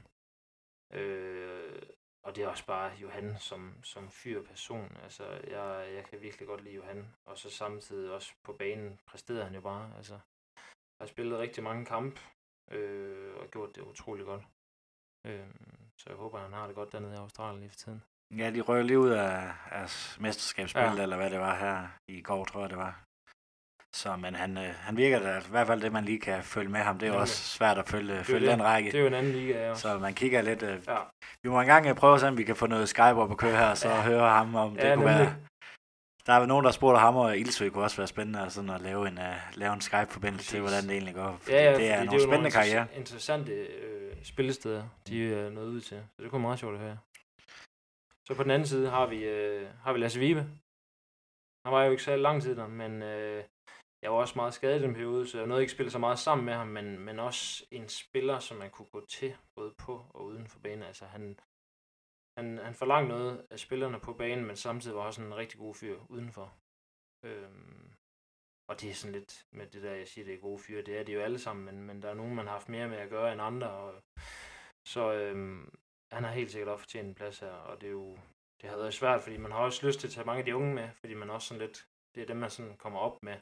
Og det er også bare Johan som fyr person. Altså, jeg kan virkelig godt lide Johan. Og så samtidig også på banen præsterede han jo bare. Altså, har spillet rigtig mange kampe og gjort det utrolig godt. Så jeg håber, han har det godt dernede i Australien lige for tiden. Ja, de røg lige ud af mesterskabsspillet, eller hvad det var her i går, tror jeg det var. Så, men han virker da, i hvert fald det, man lige kan følge med ham. Det er jo også svært at følge den række. Det er jo en anden liga, ja. Så man kigger lidt. Vi må engang prøve at vi kan få noget Skype op at køre her, og så høre ham, om det kunne være. Der er nogen, der spurgte ham, og Ildsø kunne også være spændende sådan at lave en Skype-forbindelse til, hvordan det egentlig går. Det er nogle spændende karriere. Interessante spillesteder, de er nået ud til. Så det kunne være meget sjovt at høre. Så på den anden side har vi Lasse Vibe. Han var jo ikke så lang tid der, men jeg var også meget skadet i den periode, så jeg nåede ikke spille så meget sammen med ham, men også en spiller, som man kunne gå til, både på og uden for banen. Altså han forlangte noget af spillerne på banen, men samtidig var også en rigtig god fyr udenfor. Og det er sådan lidt med det der, jeg siger, det er gode fyre. Det er det jo alle sammen, men der er nogen, man har haft mere med at gøre end andre. Så han har helt sikkert også fortjent en plads her, og det har været svært, fordi man har også lyst til at tage mange af de unge med, fordi man også sådan lidt, det er dem, man sådan kommer op med.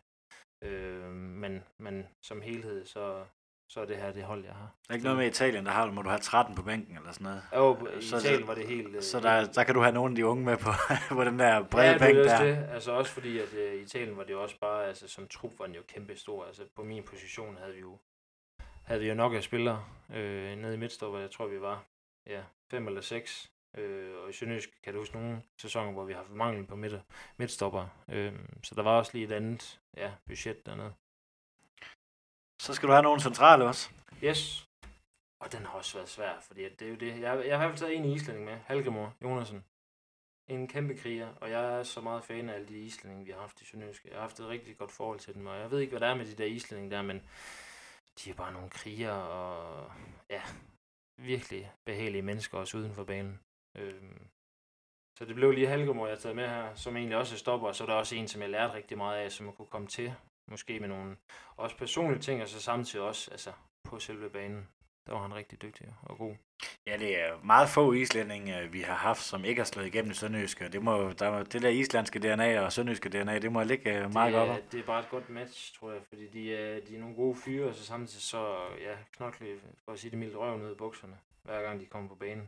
Men som helhed, så er det her det hold, jeg har. Der er ikke noget med Italien, må du have 13 på bænken eller sådan noget. Jo, i Italien var det helt... Så der kan du have nogle af de unge med på den der brede bænk der. Ja, det. Altså også fordi, at i Italien var det jo også bare, altså som trup var den jo kæmpe stor. Altså på min position havde vi jo nok af spillere nede i midtstopper. Jeg tror, vi var 5 eller 6. Og i Sønderjysk kan du huske nogle sæsoner, hvor vi har haft mangel på midtstopper. Så der var også lige et andet budget dernede. Så skal du have nogle centrale også. Yes. Og den har også været svær, fordi det er jo det. Jeg har i hvert fald taget en islænding med, Halgemor Jonasen. En kæmpe kriger, og jeg er så meget fan af alle de islændinge, vi har haft i Sønderjysk. Jeg har haft et rigtig godt forhold til dem, og jeg ved ikke, hvad der er med de der islændinge der, men de er bare nogle kriger, og virkelig behagelige mennesker også uden for banen. Så det blev lige Halgemor, jeg har taget med her, som egentlig også er stopper, og så er der også en, som jeg lærte rigtig meget af, som jeg kunne komme til, måske med nogle også personlige ting, og så samtidig også altså, på selve banen. Der var han rigtig dygtig og god. Ja, det er meget få islændinge, vi har haft, som ikke har slået igennem i Sønderjyske. Det der islandske DNA og sønderjyske DNA, det må ligge meget godt. Det er bare et godt match, tror jeg, fordi de er nogle gode fyre, og så samtidig så knokle, for at sige det mildt, røven ud i bukserne, hver gang de kommer på banen.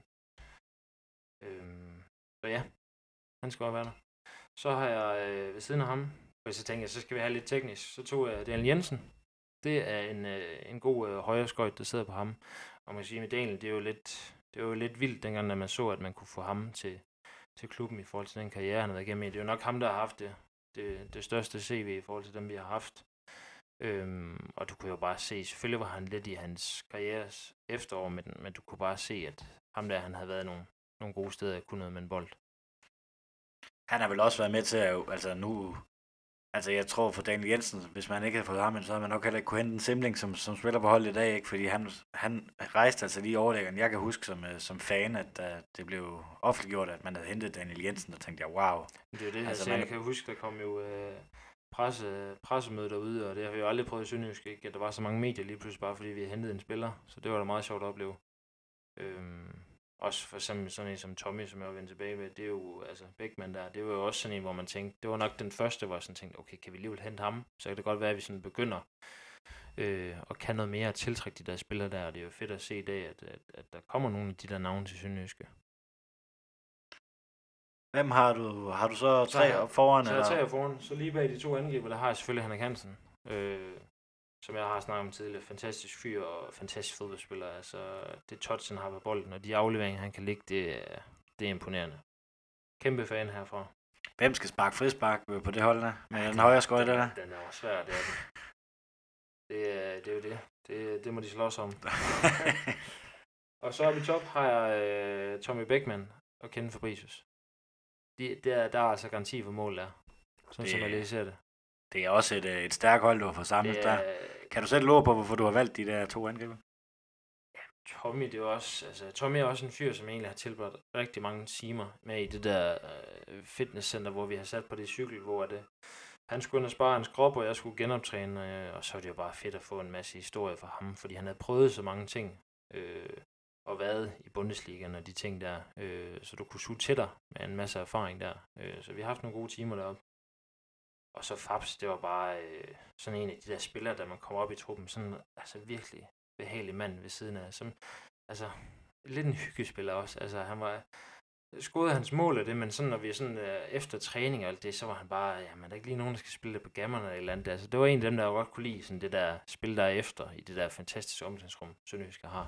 Så ja, han skal også være der. Så har jeg ved siden af ham, og så tænkte jeg, så skal vi have lidt teknisk. Så tog jeg Daniel Jensen. Det er en god højreskøjt, der sidder på ham. Og man kan sige, med Daniel, det er jo lidt vildt, dengang når man så, at man kunne få ham til klubben i forhold til den karriere, han har været igennem. Det er jo nok ham, der har haft det største CV i forhold til dem, vi har haft. Og du kunne jo bare se, selvfølgelig var han lidt i hans karrieres efterår, men du kunne bare se, at ham der, han havde været nogle gode steder at kunne noget med en bold. Han har vel også været med til at jeg tror for Daniel Jensen, hvis man ikke havde fået ham, så havde man nok heller ikke kunne hente en Simling, som spiller på holdet i dag, ikke? Fordi han rejste altså lige overlæggeren. Jeg kan huske som fan, at det blev offentliggjort, at man havde hentet Daniel Jensen, og tænkte jeg, wow. Det er det, altså, jeg kan huske, der kom jo pressemøde derude, og det har vi jo aldrig prøvet i Sønderjysk, ikke? At der var så mange medier lige pludselig, bare fordi vi havde hentet en spiller, så det var da meget sjovt at opleve. Også for eksempel sådan en som Tommy, som jeg var vendt tilbage med, det er jo, altså Beckmann der, det var jo også sådan en, hvor man tænkte, det var nok den første, hvor jeg sådan tænkte, okay, kan vi alligevel hente ham? Så kan det godt være, at vi sådan begynder og kan noget mere at tiltrække de der spillere der, og det er jo fedt at se i dag, at der kommer nogle af de der navne til Sønderjyske. Hvem har du? Har du så tre op foran? Så jeg tre op foran. Så lige bag de to angriber, der har jeg selvfølgelig Henrik Hansen, som jeg har snakket om tidligere. Fantastisk fyr og fantastisk fodboldspiller. Altså, det touch, han har på bolden, og de afleveringer, han kan ligge, det er imponerende. Kæmpe fan herfra. Hvem skal sparke frispark på det hold der? Med den højre skøjte der? Den er jo svær, det er den. Det er jo det. Det må de slås om. Og så oppe i top har jeg Tommy Beckmann og Ken Fabricius. Der er altså garanti for mål der. Sådan som jeg lige ser det. Det er også et stærkt hold, du har fået samlet der. Kan du selv love på, hvorfor du har valgt de der to angriber? Ja, Tommy, det er også, altså, Tommy er også en fyr, som egentlig har tilbragt rigtig mange timer med i det der fitnesscenter, hvor vi har sat på det cykel, hvor han skulle ind og spare hans krop, og jeg skulle genoptræne, og så er det jo bare fedt at få en masse historie fra ham, fordi han havde prøvet så mange ting, og været i Bundesligaen og de ting der, så du kunne suge til dig med en masse erfaring der. Så vi har haft nogle gode timer deroppe. Og så Fabs, det var bare sådan en af de der spillere, der man kommer op i truppen, sådan altså virkelig behagelig mand ved siden af. Som, altså lidt en hyggespiller også. Altså han var skåret hans mål af det, men sådan når vi sådan efter træning og alt det, så var han bare, jamen der er ikke lige nogen, der skal spille det på gammerne eller et eller andet. Altså det var en af dem, der godt kunne lide sådan det der spil der efter i det der fantastiske omklædningsrum, Sønderjyske har.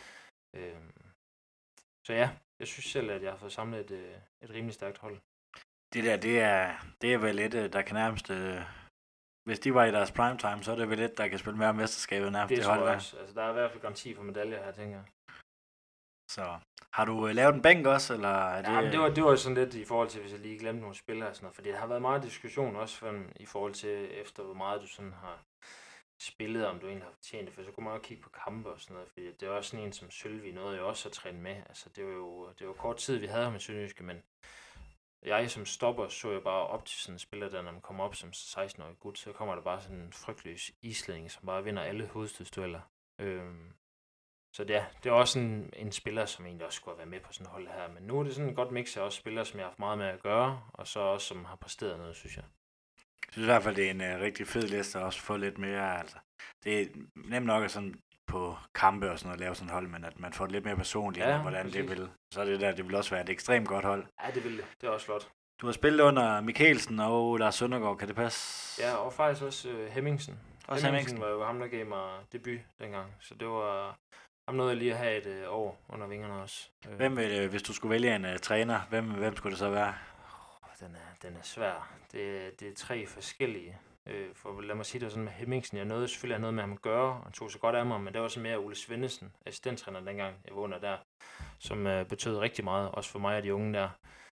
Så ja, jeg synes selv, at jeg har fået samlet et rimelig stærkt hold. Det der, det er vel lidt, der kan nærmest... hvis de var i deres primetime, så er det vel lidt, der kan spille mere om mesterskabet nærmest. Det tror jeg også. Altså, der er i hvert fald garanti for medaljer her, tænker jeg. Så har du lavet en bænk også, eller er det... Ja, men det var sådan lidt i forhold til, hvis jeg lige glemte nogle spillere og sådan noget, fordi der har været meget diskussion også for, i forhold til, efter hvor meget du sådan har spillet, om du egentlig har fortjent det, for så kunne man jo kigge på kampe og sådan noget, fordi det er også sådan en som Sølvi, noget jeg også har trænet med. Altså, det var kort tid, vi havde med Sønderjyske, men jeg som stopper så jeg bare op til sådan en spiller, der når man kommer op som 16-årig gut, så kommer der bare sådan en frygtløs islænding, som bare vinder alle hovedstødsdueller. Så det er også en spiller, som egentlig også skulle have været med på sådan et hold her, men nu er det sådan et godt mix af også spillere, som jeg har haft meget med at gøre, og så også som har præsteret noget, synes jeg. Jeg synes i hvert fald, det er en rigtig fed liste at også få lidt mere, altså. Det er nemt nok at sådan på kampe og sådan noget, lave sådan et hold, men at man får det lidt mere personligt, ja, hvordan præcis. Det vil. Så er det vil også være et ekstremt godt hold. Ja, det vil det. Det er også flot. Du har spillet under Mikkelsen og Lars Søndergaard, kan det passe? Ja, og faktisk også Hemmingsen. Hemmingsen var jo ham, der gav mig debut dengang, så det var ham noget, jeg lige at have et år under vingerne også. Hvem vil, hvis du skulle vælge en træner, hvem skulle det så være? Den er svær. Det er tre forskellige. For lad mig sige det sådan med Hemmingsen. Jeg nåede selvfølgelig noget med ham at gøre, og han tog så godt af mig, men det var så mere Ole Svendesen, assistenttræner dengang, jeg var under der, som betød rigtig meget, også for mig og de unge der.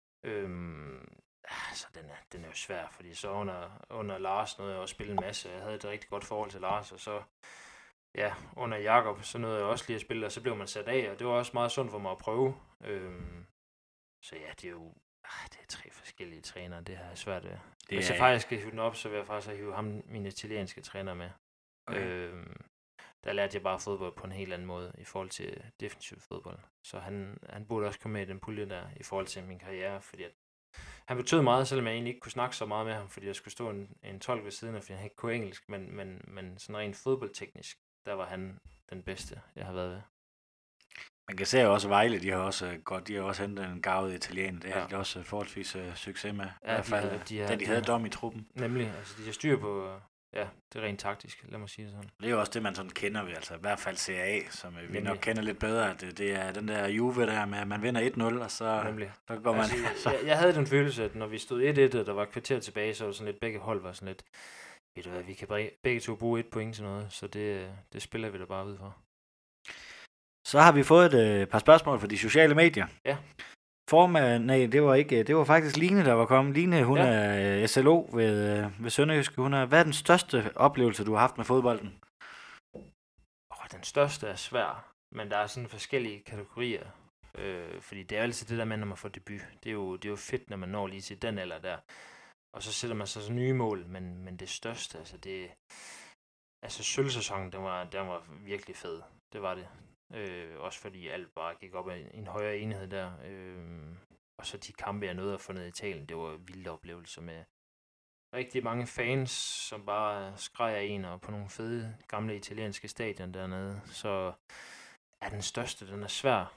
Så den er jo svær, fordi så under Lars nåede jeg også spille en masse. Jeg havde et rigtig godt forhold til Lars, og så under Jakob, så nåede jeg også lige at spille, og så blev man sat af, og det var også meget sundt for mig at prøve. Så ja, det er jo det er tre forskellige trænere, det har jeg svært ved. Hvis jeg faktisk skal hive den op, så vil jeg faktisk hive ham, mine italienske træner med. Okay. Der lærte jeg bare fodbold på en helt anden måde i forhold til defensiv fodbold. Så han burde også komme med i den pulje der i forhold til min karriere, fordi at han betød meget, selvom jeg egentlig ikke kunne snakke så meget med ham, fordi jeg skulle stå en tolk ved siden af, fordi han ikke kunne engelsk, men sådan rent fodboldteknisk, der var han den bedste, jeg har været ved. Man kan se jo også Vejle, de har også hentet en garvet italiener, det har de også forholdsvis succes med. Ja, i hvert fald, de havde dom i truppen. Nemlig, altså de har styr på, det er rent taktisk, lad mig sige det sådan. Det er jo også det, man sådan kender ved, altså i hvert fald CA, som vi nok kender lidt bedre, at det er den der Juve der med, at man vinder 1-0, og så går man... Altså, jeg havde den følelse, at når vi stod 1-1, og der var kvarter tilbage, så var det sådan lidt, begge hold var sådan lidt, ved du hvad, vi kan begge to bruge 1 point til noget, så det spiller vi da bare ud for. Så har vi fået et par spørgsmål fra de sociale medier. Ja. Det var faktisk Line, der var kommet. Line, hun er SLO ved Sønderjyske. Hvad er den største oplevelse, du har haft med fodbolden? Den største er svær, men der er sådan forskellige kategorier. Fordi det er altid det der med, når man får debut. Det er jo fedt, når man når lige til den eller der. Og så sætter man sig så nye mål, men det største, altså sølvsæsonen, den var virkelig fed. Det var det. Også fordi alt bare gik op i en højere enhed der. Og så de kampe, jeg nåede at få ned i Italien, det var vilde oplevelser med rigtig mange fans, som bare skreg af en, og på nogle fede, gamle italienske stadion dernede. Så er den største, den er svær.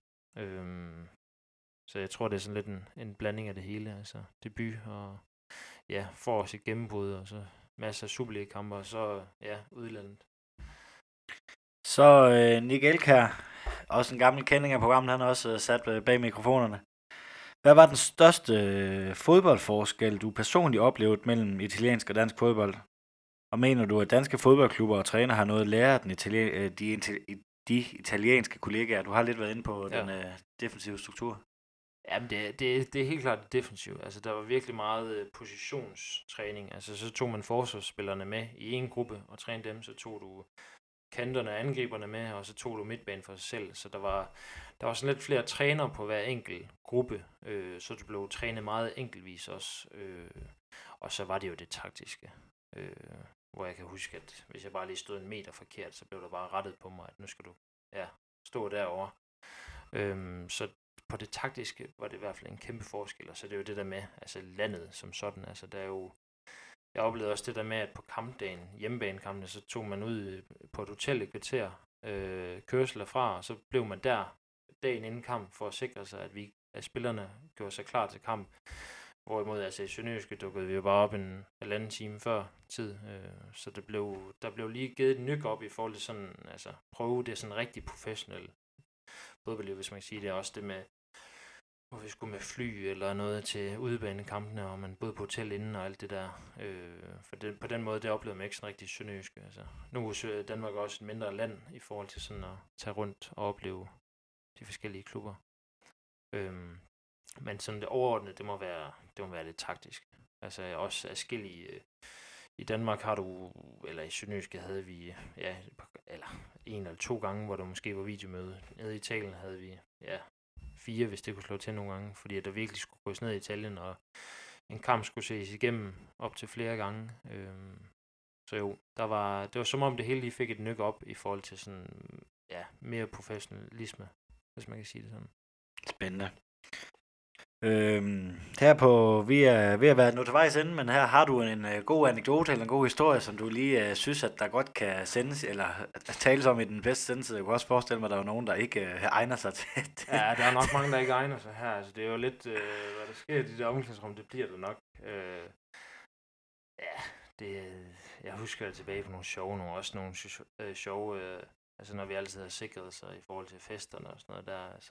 Så jeg tror, det er sådan lidt en blanding af det hele. Altså debut og får sit gennembrud, og så masser af Superliga-kampe, og så udlandet. Så Nick Elkjær, også en gammel kending af programmet, han har også sat bag mikrofonerne. Hvad var den største fodboldforskel, du personligt oplevede mellem italiensk og dansk fodbold? Og mener du, at danske fodboldklubber og træner har noget at lære af de italienske kollegaer? Du har lidt været inde på den defensive struktur. Jamen, det er helt klart defensivt. Altså, der var virkelig meget positionstræning. Altså, så tog man forsvarsspillerne med i en gruppe og trænede dem, så tog du kanterne og angriberne med, og så tog du midtbanen for sig selv. Så der var sådan lidt flere trænere på hver enkelt gruppe, så du blev trænet meget enkeltvis også. Og så var det jo det taktiske, hvor jeg kan huske, at hvis jeg bare lige stod en meter forkert, så blev der bare rettet på mig, at nu skal du stå derovre. Så på det taktiske var det i hvert fald en kæmpe forskel, og så det er jo det der med, altså landet som sådan, altså der er jo, jeg oplevede også det der med, at på kampdagen, hjemmebanekampene, så tog man ud på et hotel et kvarter, kørsel derfra, og så blev man der dagen inden kamp, for at sikre sig, at spillerne gjorde sig klar til kamp. Hvorimod, altså i Sønderjyske dukkede vi jo bare op en halvanden time før tid, så der blev lige givet et nyk op i forhold til sådan, altså prøve det sådan rigtig professionelt fodbold, hvis man kan sige det, også det med, hvor vi skulle med fly eller noget til udebanekampene, og man boede på hotel inden og alt det der. På den måde, det oplevede man ikke sådan rigtig Sønderjyske. Altså, nu er Danmark også et mindre land i forhold til sådan at tage rundt og opleve de forskellige klubber. Men sådan det overordnede, det må være lidt taktisk. Altså også adskillige. I Danmark har du, eller i Sønderjyske havde vi, eller 1 eller 2 gange, hvor der måske var videomøde. Nede i Italien havde vi, 4, hvis det kunne slå til nogle gange, fordi at der virkelig skulle gås ned i Italien, og en kamp skulle ses igennem op til flere gange. Så jo, det var som om det hele lige fik et nyk op i forhold til sådan, mere professionalisme, hvis man kan sige det sådan. Spændende. Vi er ved at være nu til vejs inde, men her har du en god anekdote eller en god historie, som du lige synes, at der godt kan sendes, eller tales om i den bedste sendelse. Jeg kunne også forestille mig, at der er nogen, der ikke egner sig til det. Ja, der er nok mange, der ikke egner sig her. Altså, det er jo lidt, hvad der sker i de der omklædningsrum, det bliver der nok. Jeg husker det tilbage på nogle show, også nogle show, altså når vi altid har sikret sig i forhold til festerne og sådan noget der, altså,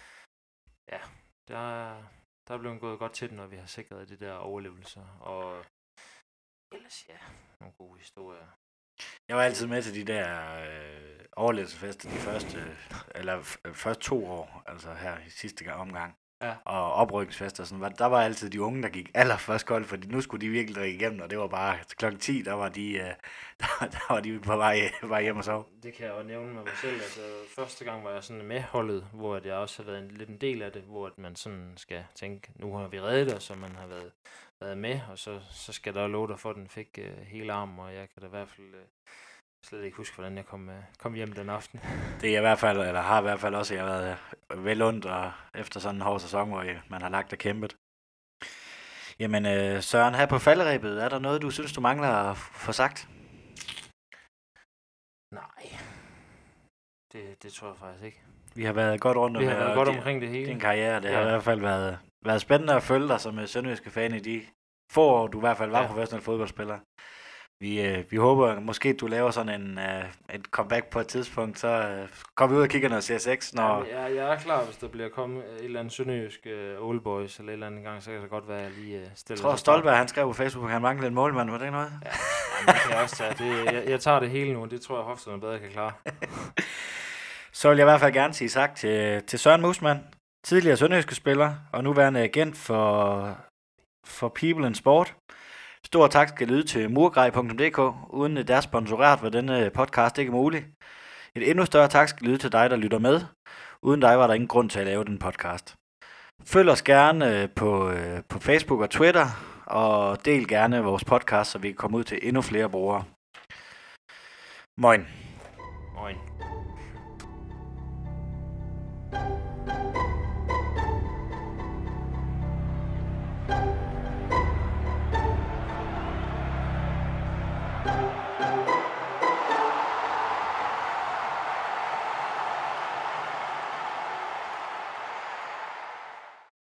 der er blevet gået godt til den, når vi har sikret de der overlevelser, og ellers nogle gode historier. Jeg var altid med til de der overlevelsesfester de første 2 år, altså her i sidste omgang. Ja. Og oprykningsfester, sådan, der var altid de unge, der gik allerførst koldt, fordi nu skulle de virkelig drikke igennem, og det var bare klokken 10, der var de på vej hjem og sove. Det kan jeg jo nævne med mig selv. Altså, første gang var jeg sådan med holdet, hvor jeg også har været lidt en del af det, hvor man sådan skal tænke, nu har vi reddet os, så man har været med, og så skal der love dig for, at den fik hele armen, og jeg kan da i hvert fald slet ikke huske, hvordan jeg kom hjem den aften. Det er i hvert fald, eller har i hvert fald også, jeg har været vel ondt, og efter sådan en hård sæson, hvor man har lagt og kæmpet. Jamen, Søren, her på falderebet, er der noget, du synes, du mangler at få sagt? Nej, det tror jeg faktisk ikke. Vi har været godt rundt omkring det hele. Din karriere, det har i hvert fald været spændende at følge dig som sønderjyske fan i de få år, du i hvert fald var professionel fodboldspiller. Vi håber, måske du laver sådan et comeback på et tidspunkt, så kommer vi ud og kigger noget CSX. Når... Jeg er klar, hvis der bliver kommet et eller andet sønderjysk Old Boys eller et eller andet gang, så kan det godt være, at jeg lige stiller. Jeg tror, Stolberg, han skrev på Facebook, at han manglede en målmand. Var det ikke noget? Ja, det kan jeg også tage. Jeg tager det hele nu, og det tror jeg, hofterne bedre kan klare. Så vil jeg i hvert fald gerne sige tak til Søren Musman, tidligere sønderjyske spiller, og nuværende agent for People in Sport. Stor tak skal lyde til murgrej.dk. Uden deres sponsorat var denne podcast ikke mulig. Et endnu større tak skal lyde til dig, der lytter med. Uden dig var der ingen grund til at lave den podcast. Følg os gerne på Facebook og Twitter, og del gerne vores podcast, så vi kan komme ud til endnu flere brugere. Moin. Moin.